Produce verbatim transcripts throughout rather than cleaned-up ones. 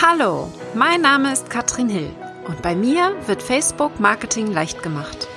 Hallo, mein Name ist Katrin Hill und bei mir wird Facebook Marketing leicht gemacht.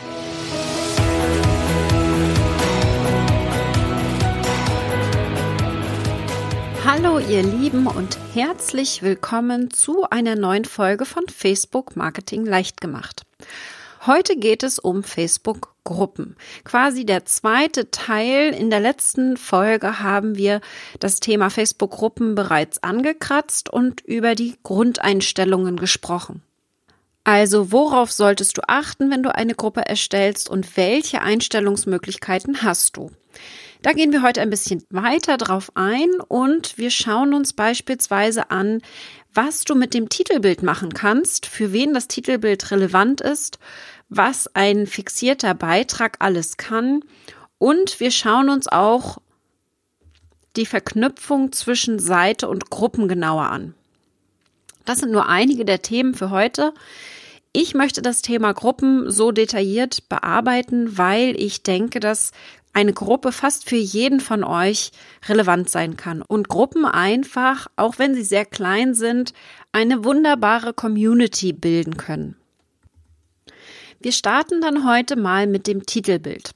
Hallo ihr Lieben und herzlich willkommen zu einer neuen Folge von Facebook Marketing leicht gemacht. Heute geht es um Facebook-Gruppen. Quasi der zweite Teil. In der letzten Folge haben wir das Thema Facebook-Gruppen bereits angekratzt und über die Grundeinstellungen gesprochen. Also worauf solltest du achten, wenn du eine Gruppe erstellst und welche Einstellungsmöglichkeiten hast du? Da gehen wir heute ein bisschen weiter drauf ein und wir schauen uns beispielsweise an, was du mit dem Titelbild machen kannst, für wen das Titelbild relevant ist, was ein fixierter Beitrag alles kann und wir schauen uns auch die Verknüpfung zwischen Seite und Gruppen genauer an. Das sind nur einige der Themen für heute. Ich möchte das Thema Gruppen so detailliert bearbeiten, weil ich denke, dass eine Gruppe fast für jeden von euch relevant sein kann und Gruppen einfach, auch wenn sie sehr klein sind, eine wunderbare Community bilden können. Wir starten dann heute mal mit dem Titelbild.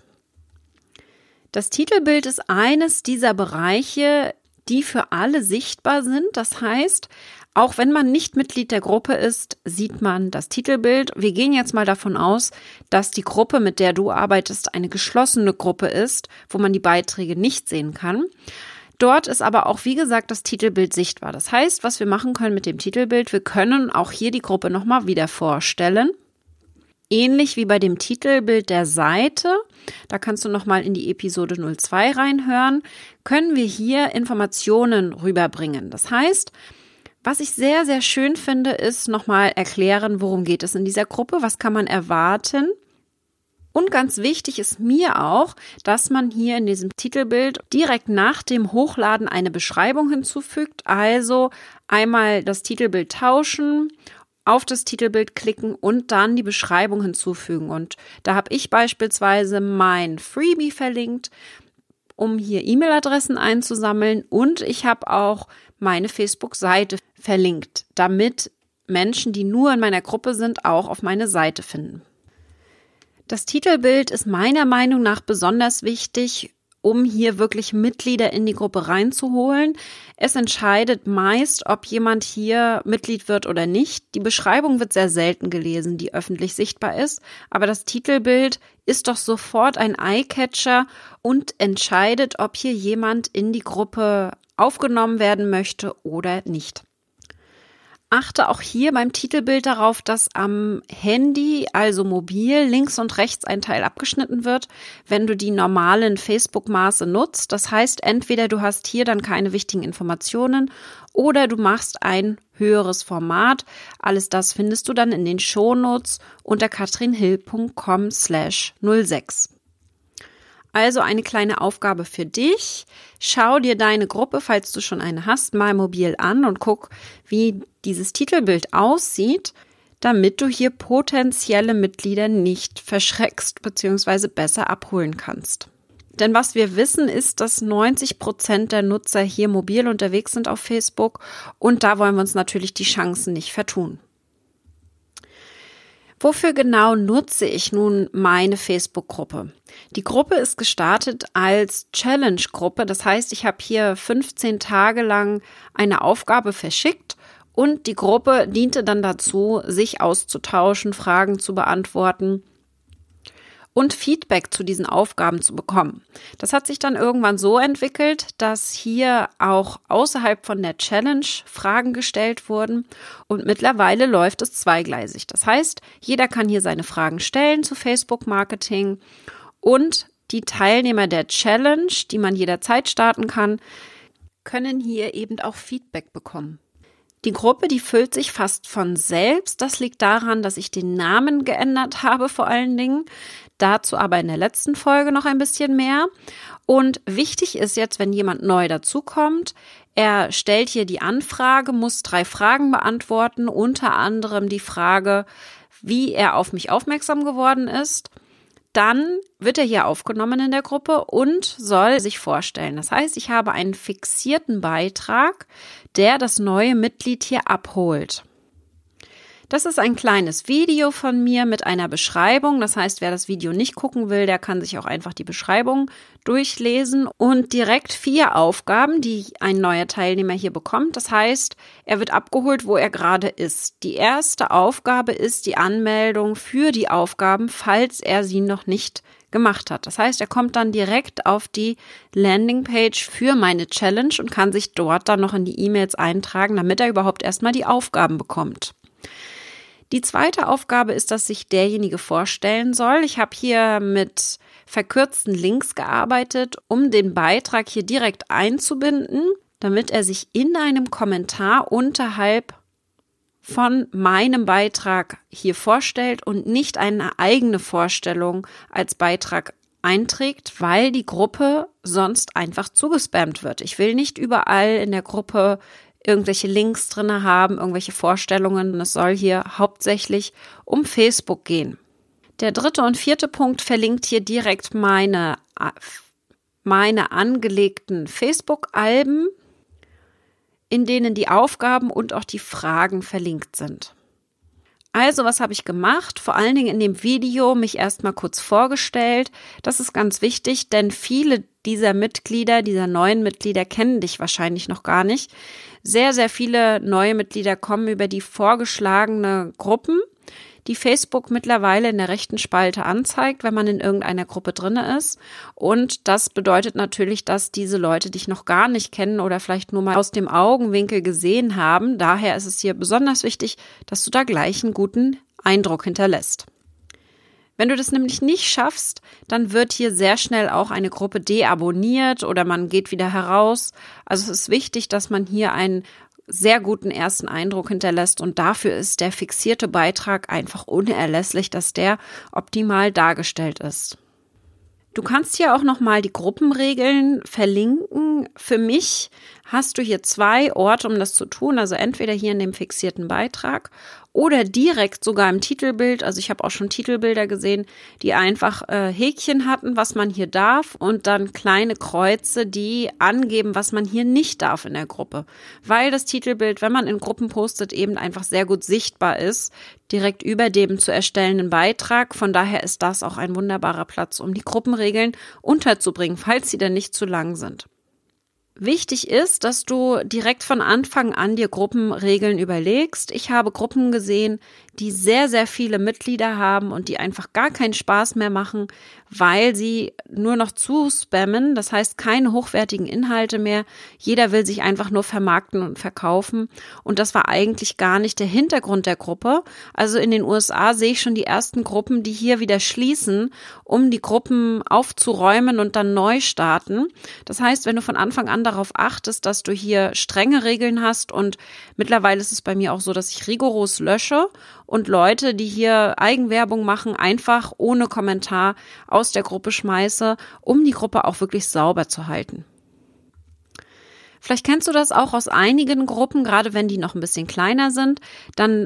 Das Titelbild ist eines dieser Bereiche, die für alle sichtbar sind. Das heißt, auch wenn man nicht Mitglied der Gruppe ist, sieht man das Titelbild. Wir gehen jetzt mal davon aus, dass die Gruppe, mit der du arbeitest, eine geschlossene Gruppe ist, wo man die Beiträge nicht sehen kann. Dort ist aber auch, wie gesagt, das Titelbild sichtbar. Das heißt, was wir machen können mit dem Titelbild, wir können auch hier die Gruppe nochmal wieder vorstellen. Ähnlich wie bei dem Titelbild der Seite, da kannst du nochmal in die Episode null zwei reinhören, können wir hier Informationen rüberbringen. Das heißt, was ich sehr, sehr schön finde, ist nochmal erklären, worum geht es in dieser Gruppe, was kann man erwarten. Und ganz wichtig ist mir auch, dass man hier in diesem Titelbild direkt nach dem Hochladen eine Beschreibung hinzufügt. Also einmal das Titelbild tauschen, auf das Titelbild klicken und dann die Beschreibung hinzufügen. Und da habe ich beispielsweise mein Freebie verlinkt, um hier E-Mail-Adressen einzusammeln. Und ich habe auch meine Facebook-Seite verlinkt, damit Menschen, die nur in meiner Gruppe sind, auch auf meine Seite finden. Das Titelbild ist meiner Meinung nach besonders wichtig, um hier wirklich Mitglieder in die Gruppe reinzuholen. Es entscheidet meist, ob jemand hier Mitglied wird oder nicht. Die Beschreibung wird sehr selten gelesen, die öffentlich sichtbar ist, aber das Titelbild ist doch sofort ein Eyecatcher und entscheidet, ob hier jemand in die Gruppe aufgenommen werden möchte oder nicht. Achte auch hier beim Titelbild darauf, dass am Handy, also mobil, links und rechts ein Teil abgeschnitten wird, wenn du die normalen Facebook-Maße nutzt. Das heißt, entweder du hast hier dann keine wichtigen Informationen oder du machst ein höheres Format. Alles das findest du dann in den Shownotes unter katrinhill punkt com slash null sechs. Also eine kleine Aufgabe für dich. Schau dir deine Gruppe, falls du schon eine hast, mal mobil an und guck, wie dieses Titelbild aussieht, damit du hier potenzielle Mitglieder nicht verschreckst bzw. besser abholen kannst. Denn was wir wissen ist, dass neunzig Prozent der Nutzer hier mobil unterwegs sind auf Facebook und da wollen wir uns natürlich die Chancen nicht vertun. Wofür genau nutze ich nun meine Facebook-Gruppe? Die Gruppe ist gestartet als Challenge-Gruppe. Das heißt, ich habe hier fünfzehn Tage lang eine Aufgabe verschickt und die Gruppe diente dann dazu, sich auszutauschen, Fragen zu beantworten und Feedback zu diesen Aufgaben zu bekommen. Das hat sich dann irgendwann so entwickelt, dass hier auch außerhalb von der Challenge Fragen gestellt wurden und mittlerweile läuft es zweigleisig. Das heißt, jeder kann hier seine Fragen stellen zu Facebook-Marketing und die Teilnehmer der Challenge, die man jederzeit starten kann, können hier eben auch Feedback bekommen. Die Gruppe, die füllt sich fast von selbst. Das liegt daran, dass ich den Namen geändert habe vor allen Dingen. Dazu aber in der letzten Folge noch ein bisschen mehr. Und wichtig ist jetzt, wenn jemand neu dazukommt, er stellt hier die Anfrage, muss drei Fragen beantworten, unter anderem die Frage, wie er auf mich aufmerksam geworden ist. dann wird er hier aufgenommen in der Gruppe und soll sich vorstellen. Das heißt, ich habe einen fixierten Beitrag, der das neue Mitglied hier abholt. Das ist ein kleines Video von mir mit einer Beschreibung. Das heißt, wer das Video nicht gucken will, der kann sich auch einfach die Beschreibung durchlesen und direkt vier Aufgaben, die ein neuer Teilnehmer hier bekommt. Das heißt, er wird abgeholt, wo er gerade ist. Die erste Aufgabe ist die Anmeldung für die Aufgaben, falls er sie noch nicht gemacht hat. Das heißt, er kommt dann direkt auf die Landingpage für meine Challenge und kann sich dort dann noch in die E-Mails eintragen, damit er überhaupt erstmal die Aufgaben bekommt. Die zweite Aufgabe ist, dass sich derjenige vorstellen soll. Ich habe hier mit verkürzten Links gearbeitet, um den Beitrag hier direkt einzubinden, damit er sich in einem Kommentar unterhalb von meinem Beitrag hier vorstellt und nicht eine eigene Vorstellung als Beitrag einträgt, weil die Gruppe sonst einfach zugespammt wird. Ich will nicht überall in der Gruppe irgendwelche Links drin haben, irgendwelche Vorstellungen. Es soll hier hauptsächlich um Facebook gehen. Der dritte und vierte Punkt verlinkt hier direkt meine, meine angelegten Facebook-Alben, in denen die Aufgaben und auch die Fragen verlinkt sind. Also, was habe ich gemacht? Vor allen Dingen in dem Video mich erstmal kurz vorgestellt. Das ist ganz wichtig, denn viele dieser Mitglieder, dieser neuen Mitglieder kennen dich wahrscheinlich noch gar nicht. Sehr, sehr viele neue Mitglieder kommen über die vorgeschlagene Gruppen, die Facebook mittlerweile in der rechten Spalte anzeigt, wenn man in irgendeiner Gruppe drin ist. Und das bedeutet natürlich, dass diese Leute dich noch gar nicht kennen oder vielleicht nur mal aus dem Augenwinkel gesehen haben. Daher ist es hier besonders wichtig, dass du da gleich einen guten Eindruck hinterlässt. Wenn du das nämlich nicht schaffst, dann wird hier sehr schnell auch eine Gruppe deabonniert oder man geht wieder heraus. Also es ist wichtig, dass man hier einen sehr guten ersten Eindruck hinterlässt und dafür ist der fixierte Beitrag einfach unerlässlich, dass der optimal dargestellt ist. Du kannst hier auch nochmal die Gruppenregeln verlinken. Für mich hast du hier zwei Orte, um das zu tun, also entweder hier in dem fixierten Beitrag oder direkt sogar im Titelbild. Also ich habe auch schon Titelbilder gesehen, die einfach äh, Häkchen hatten, was man hier darf und dann kleine Kreuze, die angeben, was man hier nicht darf in der Gruppe. Weil das Titelbild, wenn man in Gruppen postet, eben einfach sehr gut sichtbar ist, direkt über dem zu erstellenden Beitrag. Von daher ist das auch ein wunderbarer Platz, um die Gruppenregeln unterzubringen, falls sie denn nicht zu lang sind. Wichtig ist, dass du direkt von Anfang an dir Gruppenregeln überlegst. Ich habe Gruppen gesehen, die sehr, sehr viele Mitglieder haben und die einfach gar keinen Spaß mehr machen, weil sie nur noch zuspammen. Das heißt, keine hochwertigen Inhalte mehr. Jeder will sich einfach nur vermarkten und verkaufen. Und das war eigentlich gar nicht der Hintergrund der Gruppe. Also in den U S A sehe ich schon die ersten Gruppen, die hier wieder schließen, um die Gruppen aufzuräumen und dann neu starten. Das heißt, wenn du von Anfang an darauf achtest, dass du hier strenge Regeln hast und mittlerweile ist es bei mir auch so, dass ich rigoros lösche und Leute, die hier Eigenwerbung machen, einfach ohne Kommentar aus der Gruppe schmeiße, um die Gruppe auch wirklich sauber zu halten. Vielleicht kennst du das auch aus einigen Gruppen, gerade wenn die noch ein bisschen kleiner sind, dann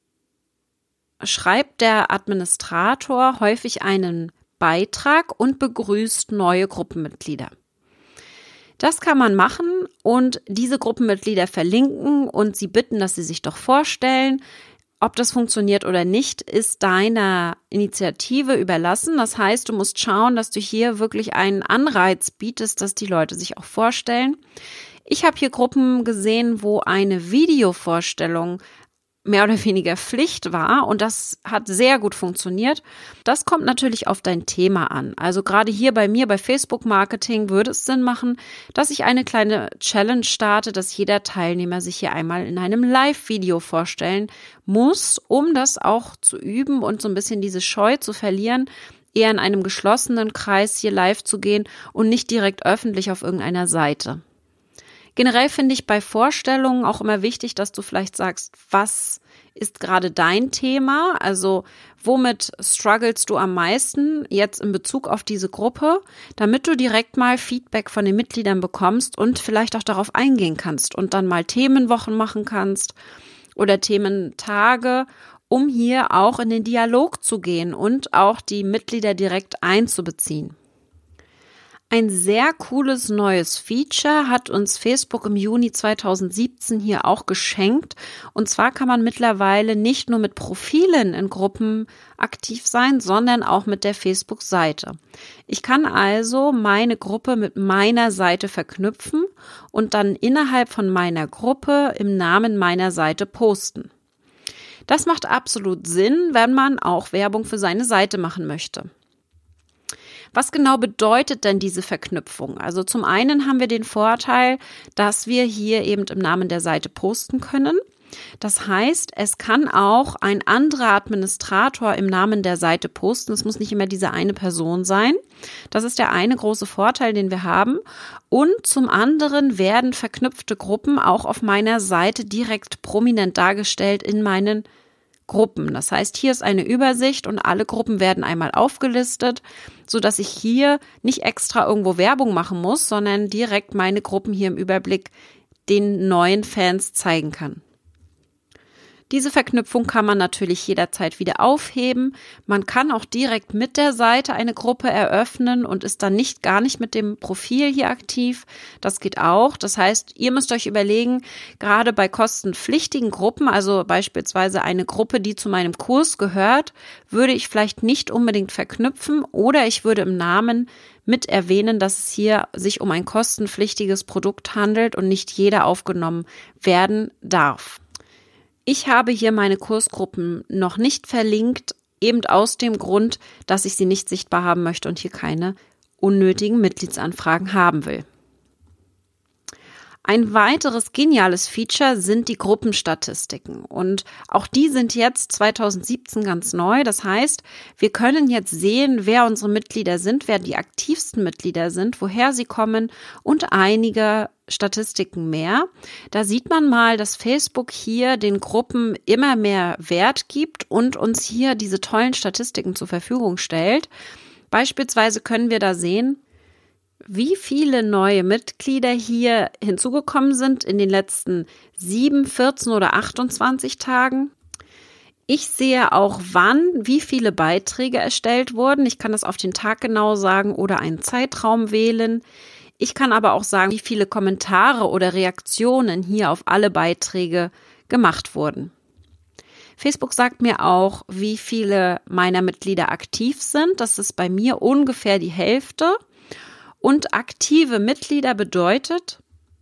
schreibt der Administrator häufig einen Beitrag und begrüßt neue Gruppenmitglieder. Das kann man machen und diese Gruppenmitglieder verlinken und sie bitten, dass sie sich doch vorstellen. Ob das funktioniert oder nicht, ist deiner Initiative überlassen. Das heißt, du musst schauen, dass du hier wirklich einen Anreiz bietest, dass die Leute sich auch vorstellen. Ich habe hier Gruppen gesehen, wo eine Videovorstellung mehr oder weniger Pflicht war und das hat sehr gut funktioniert. Das kommt natürlich auf dein Thema an. Also gerade hier bei mir bei Facebook Marketing würde es Sinn machen, dass ich eine kleine Challenge starte, dass jeder Teilnehmer sich hier einmal in einem Live-Video vorstellen muss, um das auch zu üben und so ein bisschen diese Scheu zu verlieren, eher in einem geschlossenen Kreis hier live zu gehen und nicht direkt öffentlich auf irgendeiner Seite. Generell finde ich bei Vorstellungen auch immer wichtig, dass du vielleicht sagst, was ist gerade dein Thema? Also womit strugglest du am meisten jetzt in Bezug auf diese Gruppe, damit du direkt mal Feedback von den Mitgliedern bekommst und vielleicht auch darauf eingehen kannst und dann mal Themenwochen machen kannst oder Thementage, um hier auch in den Dialog zu gehen und auch die Mitglieder direkt einzubeziehen. Ein sehr cooles neues Feature hat uns Facebook im Juni zweitausendsiebzehn hier auch geschenkt. Und zwar kann man mittlerweile nicht nur mit Profilen in Gruppen aktiv sein, sondern auch mit der Facebook-Seite. Ich kann also meine Gruppe mit meiner Seite verknüpfen und dann innerhalb von meiner Gruppe im Namen meiner Seite posten. Das macht absolut Sinn, wenn man auch Werbung für seine Seite machen möchte. Was genau bedeutet denn diese Verknüpfung? Also zum einen haben wir den Vorteil, dass wir hier eben im Namen der Seite posten können. Das heißt, es kann auch ein anderer Administrator im Namen der Seite posten. Es muss nicht immer diese eine Person sein. Das ist der eine große Vorteil, den wir haben. Und zum anderen werden verknüpfte Gruppen auch auf meiner Seite direkt prominent dargestellt in meinen Gruppen. Das heißt, hier ist eine Übersicht und alle Gruppen werden einmal aufgelistet, so dass ich hier nicht extra irgendwo Werbung machen muss, sondern direkt meine Gruppen hier im Überblick den neuen Fans zeigen kann. Diese Verknüpfung kann man natürlich jederzeit wieder aufheben. Man kann auch direkt mit der Seite eine Gruppe eröffnen und ist dann nicht gar nicht mit dem Profil hier aktiv. Das geht auch. Das heißt, ihr müsst euch überlegen, gerade bei kostenpflichtigen Gruppen, also beispielsweise eine Gruppe, die zu meinem Kurs gehört, würde ich vielleicht nicht unbedingt verknüpfen oder ich würde im Namen mit erwähnen, dass es hier sich um ein kostenpflichtiges Produkt handelt und nicht jeder aufgenommen werden darf. Ich habe hier meine Kursgruppen noch nicht verlinkt, eben aus dem Grund, dass ich sie nicht sichtbar haben möchte und hier keine unnötigen Mitgliedsanfragen haben will. Ein weiteres geniales Feature sind die Gruppenstatistiken und auch die sind jetzt zweitausendsiebzehn ganz neu. Das heißt, wir können jetzt sehen, wer unsere Mitglieder sind, wer die aktivsten Mitglieder sind, woher sie kommen und einige Statistiken mehr. Da sieht man mal, dass Facebook hier den Gruppen immer mehr Wert gibt und uns hier diese tollen Statistiken zur Verfügung stellt. Beispielsweise können wir da sehen, wie viele neue Mitglieder hier hinzugekommen sind in den letzten sieben, vierzehn oder achtundzwanzig Tagen. Ich sehe auch, wann, wie viele Beiträge erstellt wurden. Ich kann das auf den Tag genau sagen oder einen Zeitraum wählen. Ich kann aber auch sagen, wie viele Kommentare oder Reaktionen hier auf alle Beiträge gemacht wurden. Facebook sagt mir auch, wie viele meiner Mitglieder aktiv sind. Das ist bei mir ungefähr die Hälfte. Und aktive Mitglieder bedeutet,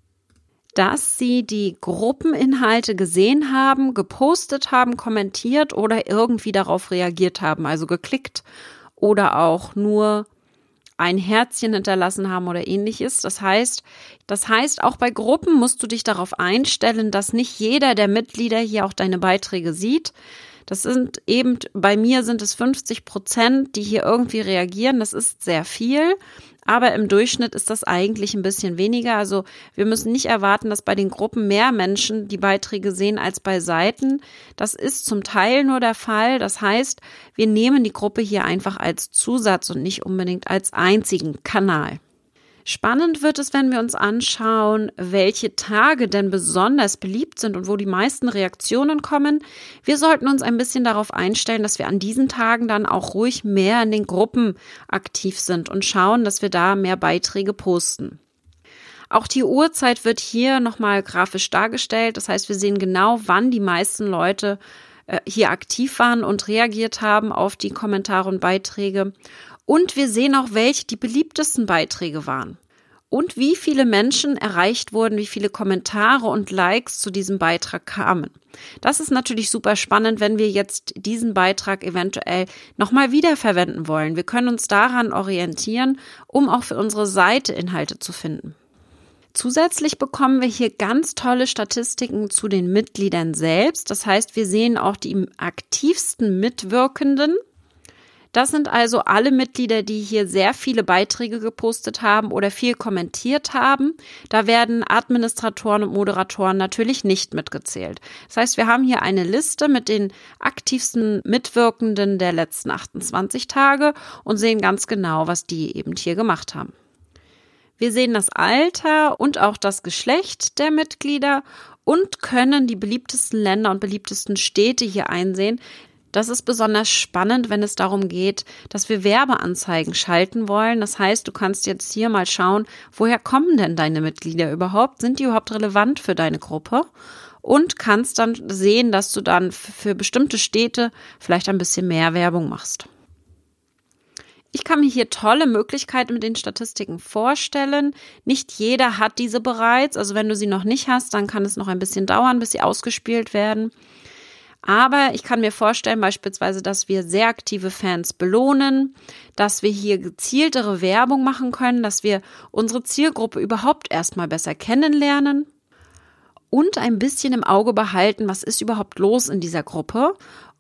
dass sie die Gruppeninhalte gesehen haben, gepostet haben, kommentiert oder irgendwie darauf reagiert haben, also geklickt oder auch nur ein Herzchen hinterlassen haben oder ähnliches. Das heißt, das heißt, auch bei Gruppen musst du dich darauf einstellen, dass nicht jeder der Mitglieder hier auch deine Beiträge sieht. Das sind eben, bei mir sind es fünfzig Prozent, die hier irgendwie reagieren. Das ist sehr viel, aber im Durchschnitt ist das eigentlich ein bisschen weniger. Also wir müssen nicht erwarten, dass bei den Gruppen mehr Menschen die Beiträge sehen als bei Seiten. Das ist zum Teil nur der Fall. Das heißt, wir nehmen die Gruppe hier einfach als Zusatz und nicht unbedingt als einzigen Kanal. Spannend wird es, wenn wir uns anschauen, welche Tage denn besonders beliebt sind und wo die meisten Reaktionen kommen. Wir sollten uns ein bisschen darauf einstellen, dass wir an diesen Tagen dann auch ruhig mehr in den Gruppen aktiv sind und schauen, dass wir da mehr Beiträge posten. Auch die Uhrzeit wird hier nochmal grafisch dargestellt. Das heißt, wir sehen genau, wann die meisten Leute äh, hier aktiv waren und reagiert haben auf die Kommentare und Beiträge. Und wir sehen auch, welche die beliebtesten Beiträge waren. Und wie viele Menschen erreicht wurden, wie viele Kommentare und Likes zu diesem Beitrag kamen. Das ist natürlich super spannend, wenn wir jetzt diesen Beitrag eventuell nochmal wiederverwenden wollen. Wir können uns daran orientieren, um auch für unsere Seite Inhalte zu finden. Zusätzlich bekommen wir hier ganz tolle Statistiken zu den Mitgliedern selbst. Das heißt, wir sehen auch die aktivsten Mitwirkenden. Das sind also alle Mitglieder, die hier sehr viele Beiträge gepostet haben oder viel kommentiert haben. Da werden Administratoren und Moderatoren natürlich nicht mitgezählt. Das heißt, wir haben hier eine Liste mit den aktivsten Mitwirkenden der letzten achtundzwanzig Tage und sehen ganz genau, was die eben hier gemacht haben. Wir sehen das Alter und auch das Geschlecht der Mitglieder und können die beliebtesten Länder und beliebtesten Städte hier einsehen. Das ist besonders spannend, wenn es darum geht, dass wir Werbeanzeigen schalten wollen. Das heißt, du kannst jetzt hier mal schauen, woher kommen denn deine Mitglieder überhaupt? Sind die überhaupt relevant für deine Gruppe? Und kannst dann sehen, dass du dann für bestimmte Städte vielleicht ein bisschen mehr Werbung machst. Ich kann mir hier tolle Möglichkeiten mit den Statistiken vorstellen. Nicht jeder hat diese bereits. Also wenn du sie noch nicht hast, dann kann es noch ein bisschen dauern, bis sie ausgespielt werden. Aber ich kann mir vorstellen beispielsweise, dass wir sehr aktive Fans belohnen, dass wir hier gezieltere Werbung machen können, dass wir unsere Zielgruppe überhaupt erstmal besser kennenlernen und ein bisschen im Auge behalten, was ist überhaupt los in dieser Gruppe,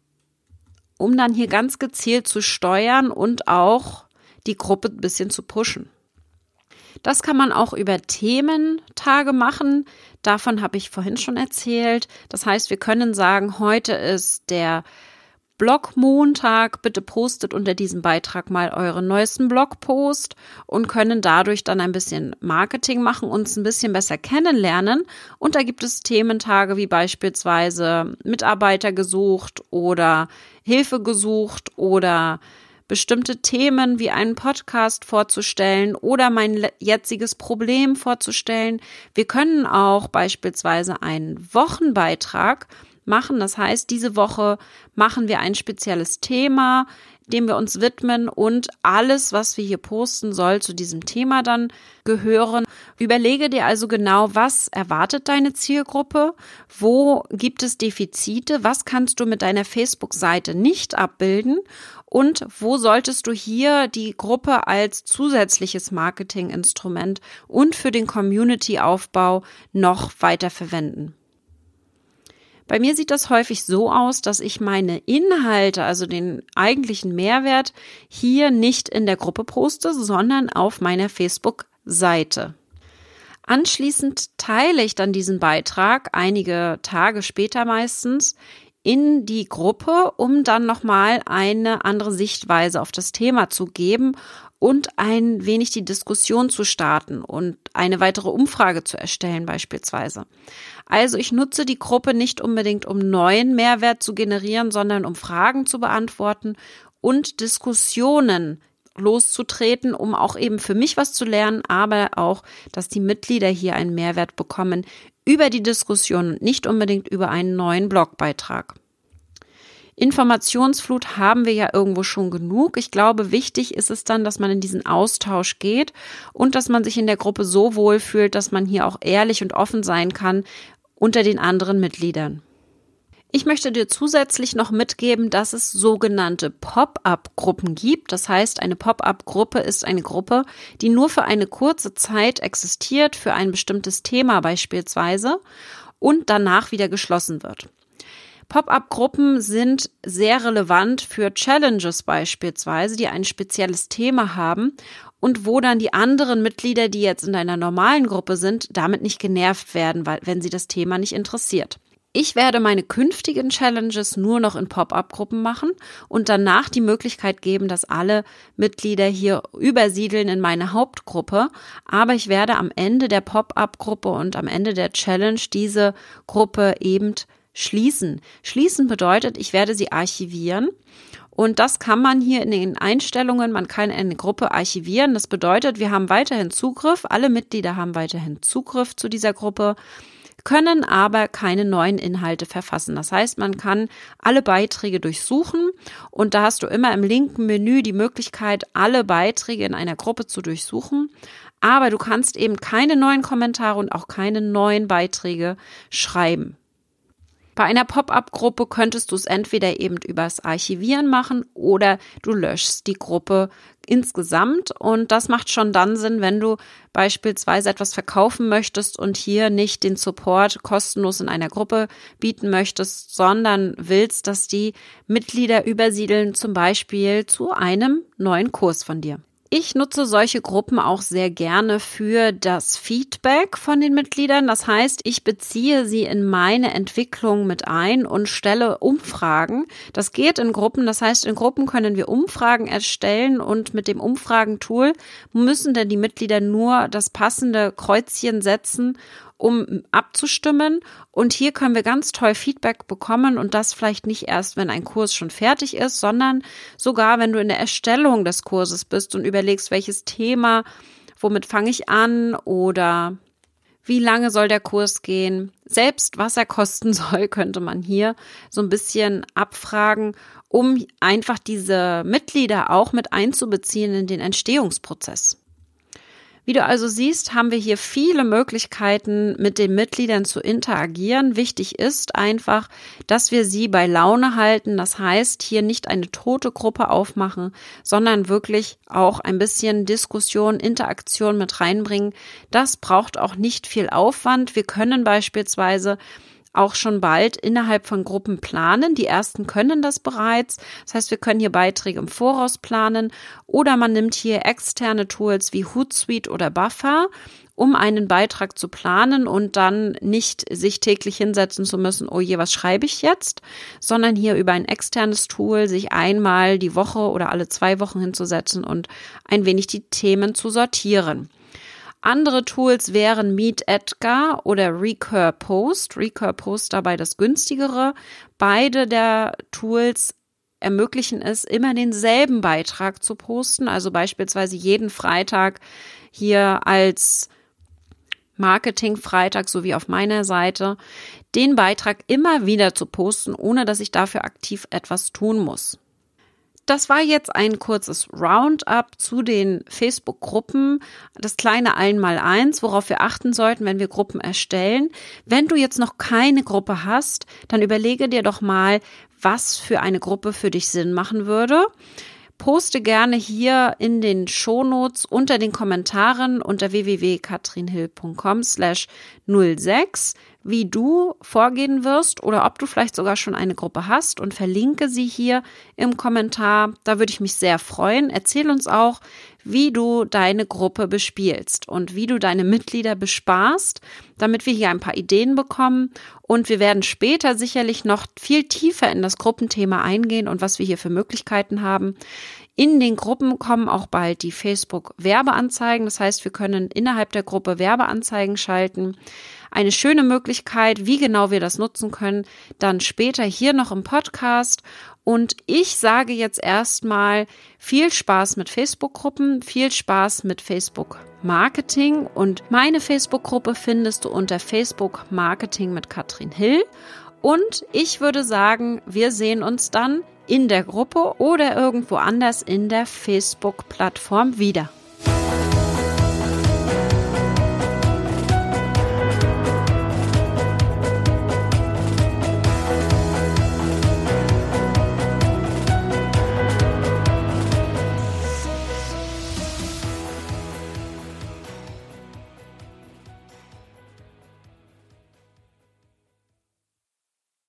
um dann hier ganz gezielt zu steuern und auch die Gruppe ein bisschen zu pushen. Das kann man auch über Thementage machen. Davon habe ich vorhin schon erzählt. Das heißt, wir können sagen, heute ist der Blogmontag. Bitte postet unter diesem Beitrag mal euren neuesten Blogpost und können dadurch dann ein bisschen Marketing machen, uns ein bisschen besser kennenlernen. Und da gibt es Thementage wie beispielsweise Mitarbeiter gesucht oder Hilfe gesucht oder bestimmte Themen wie einen Podcast vorzustellen oder mein jetziges Problem vorzustellen. Wir können auch beispielsweise einen Wochenbeitrag machen. Das heißt, diese Woche machen wir ein spezielles Thema, dem wir uns widmen und alles, was wir hier posten, soll zu diesem Thema dann gehören. Überlege dir also genau, was erwartet deine Zielgruppe, wo gibt es Defizite, was kannst du mit deiner Facebook-Seite nicht abbilden und wo solltest du hier die Gruppe als zusätzliches Marketinginstrument und für den Community-Aufbau noch weiter verwenden. Bei mir sieht das häufig so aus, dass ich meine Inhalte, also den eigentlichen Mehrwert, hier nicht in der Gruppe poste, sondern auf meiner Facebook-Seite. Anschließend teile ich dann diesen Beitrag, einige Tage später meistens, in die Gruppe, um dann nochmal eine andere Sichtweise auf das Thema zu geben und ein wenig die Diskussion zu starten und eine weitere Umfrage zu erstellen beispielsweise. Also ich nutze die Gruppe nicht unbedingt, um neuen Mehrwert zu generieren, sondern um Fragen zu beantworten und Diskussionen loszutreten, um auch eben für mich was zu lernen, aber auch, dass die Mitglieder hier einen Mehrwert bekommen über die Diskussion und nicht unbedingt über einen neuen Blogbeitrag. Informationsflut haben wir ja irgendwo schon genug. Ich glaube, wichtig ist es dann, dass man in diesen Austausch geht und dass man sich in der Gruppe so wohlfühlt, dass man hier auch ehrlich und offen sein kann unter den anderen Mitgliedern. Ich möchte dir zusätzlich noch mitgeben, dass es sogenannte Pop-up-Gruppen gibt. Das heißt, eine Pop-up-Gruppe ist eine Gruppe, die nur für eine kurze Zeit existiert, für ein bestimmtes Thema beispielsweise und danach wieder geschlossen wird. Pop-up-Gruppen sind sehr relevant für Challenges beispielsweise, die ein spezielles Thema haben und wo dann die anderen Mitglieder, die jetzt in deiner normalen Gruppe sind, damit nicht genervt werden, weil, wenn sie das Thema nicht interessiert. Ich werde meine künftigen Challenges nur noch in Pop-up-Gruppen machen und danach die Möglichkeit geben, dass alle Mitglieder hier übersiedeln in meine Hauptgruppe. Aber ich werde am Ende der Pop-up-Gruppe und am Ende der Challenge diese Gruppe eben schließen. Schließen bedeutet, ich werde sie archivieren. Und das kann man hier in den Einstellungen, man kann eine Gruppe archivieren. Das bedeutet, wir haben weiterhin Zugriff, alle Mitglieder haben weiterhin Zugriff zu dieser Gruppe, können aber keine neuen Inhalte verfassen. Das heißt, man kann alle Beiträge durchsuchen und da hast du immer im linken Menü die Möglichkeit, alle Beiträge in einer Gruppe zu durchsuchen. Aber du kannst eben keine neuen Kommentare und auch keine neuen Beiträge schreiben. Bei einer Pop-up-Gruppe könntest du es entweder eben übers Archivieren machen oder du löschst die Gruppe insgesamt und das macht schon dann Sinn, wenn du beispielsweise etwas verkaufen möchtest und hier nicht den Support kostenlos in einer Gruppe bieten möchtest, sondern willst, dass die Mitglieder übersiedeln, zum Beispiel zu einem neuen Kurs von dir. Ich nutze solche Gruppen auch sehr gerne für das Feedback von den Mitgliedern. Das heißt, ich beziehe sie in meine Entwicklung mit ein und stelle Umfragen. Das geht in Gruppen. Das heißt, in Gruppen können wir Umfragen erstellen und mit dem Umfragentool müssen dann die Mitglieder nur das passende Kreuzchen setzen um abzustimmen. Und hier können wir ganz toll Feedback bekommen und das vielleicht nicht erst, wenn ein Kurs schon fertig ist, sondern sogar, wenn du in der Erstellung des Kurses bist und überlegst, welches Thema, womit fange ich an oder wie lange soll der Kurs gehen? Selbst was er kosten soll, könnte man hier so ein bisschen abfragen, um einfach diese Mitglieder auch mit einzubeziehen in den Entstehungsprozess. Wie du also siehst, haben wir hier viele Möglichkeiten, mit den Mitgliedern zu interagieren. Wichtig ist einfach, dass wir sie bei Laune halten. Das heißt, hier nicht eine tote Gruppe aufmachen, sondern wirklich auch ein bisschen Diskussion, Interaktion mit reinbringen. Das braucht auch nicht viel Aufwand. Wir können beispielsweise auch schon bald innerhalb von Gruppen planen. Die ersten können das bereits. Das heißt, wir können hier Beiträge im Voraus planen oder man nimmt hier externe Tools wie Hootsuite oder Buffer, um einen Beitrag zu planen und dann nicht sich täglich hinsetzen zu müssen, oh je, was schreibe ich jetzt, sondern hier über ein externes Tool sich einmal die Woche oder alle zwei Wochen hinzusetzen und ein wenig die Themen zu sortieren. Andere Tools wären MeetEdgar oder Recur Post. Recur Post dabei das günstigere. Beide der Tools ermöglichen es, immer denselben Beitrag zu posten. Also beispielsweise jeden Freitag hier als Marketing-Freitag, so wie auf meiner Seite, den Beitrag immer wieder zu posten, ohne dass ich dafür aktiv etwas tun muss. Das war jetzt ein kurzes Roundup zu den Facebook-Gruppen, das kleine Einmaleins, worauf wir achten sollten, wenn wir Gruppen erstellen. Wenn du jetzt noch keine Gruppe hast, dann überlege dir doch mal, was für eine Gruppe für dich Sinn machen würde. Poste gerne hier in den Shownotes unter den Kommentaren unter w w w punkt katrinhill punkt com slash null sechs, wie du vorgehen wirst oder ob du vielleicht sogar schon eine Gruppe hast und verlinke sie hier im Kommentar. Da würde ich mich sehr freuen. Erzähl uns auch, wie du deine Gruppe bespielst und wie du deine Mitglieder besparst, damit wir hier ein paar Ideen bekommen. Und wir werden später sicherlich noch viel tiefer in das Gruppenthema eingehen und was wir hier für Möglichkeiten haben. In den Gruppen kommen auch bald die Facebook-Werbeanzeigen. Das heißt, wir können innerhalb der Gruppe Werbeanzeigen schalten. Eine schöne Möglichkeit, wie genau wir das nutzen können, dann später hier noch im Podcast. Und ich sage jetzt erstmal viel Spaß mit Facebook-Gruppen, viel Spaß mit Facebook-Marketing. Und meine Facebook-Gruppe findest du unter Facebook Marketing mit Katrin Hill. Und ich würde sagen, wir sehen uns dann in der Gruppe oder irgendwo anders in der Facebook-Plattform wieder.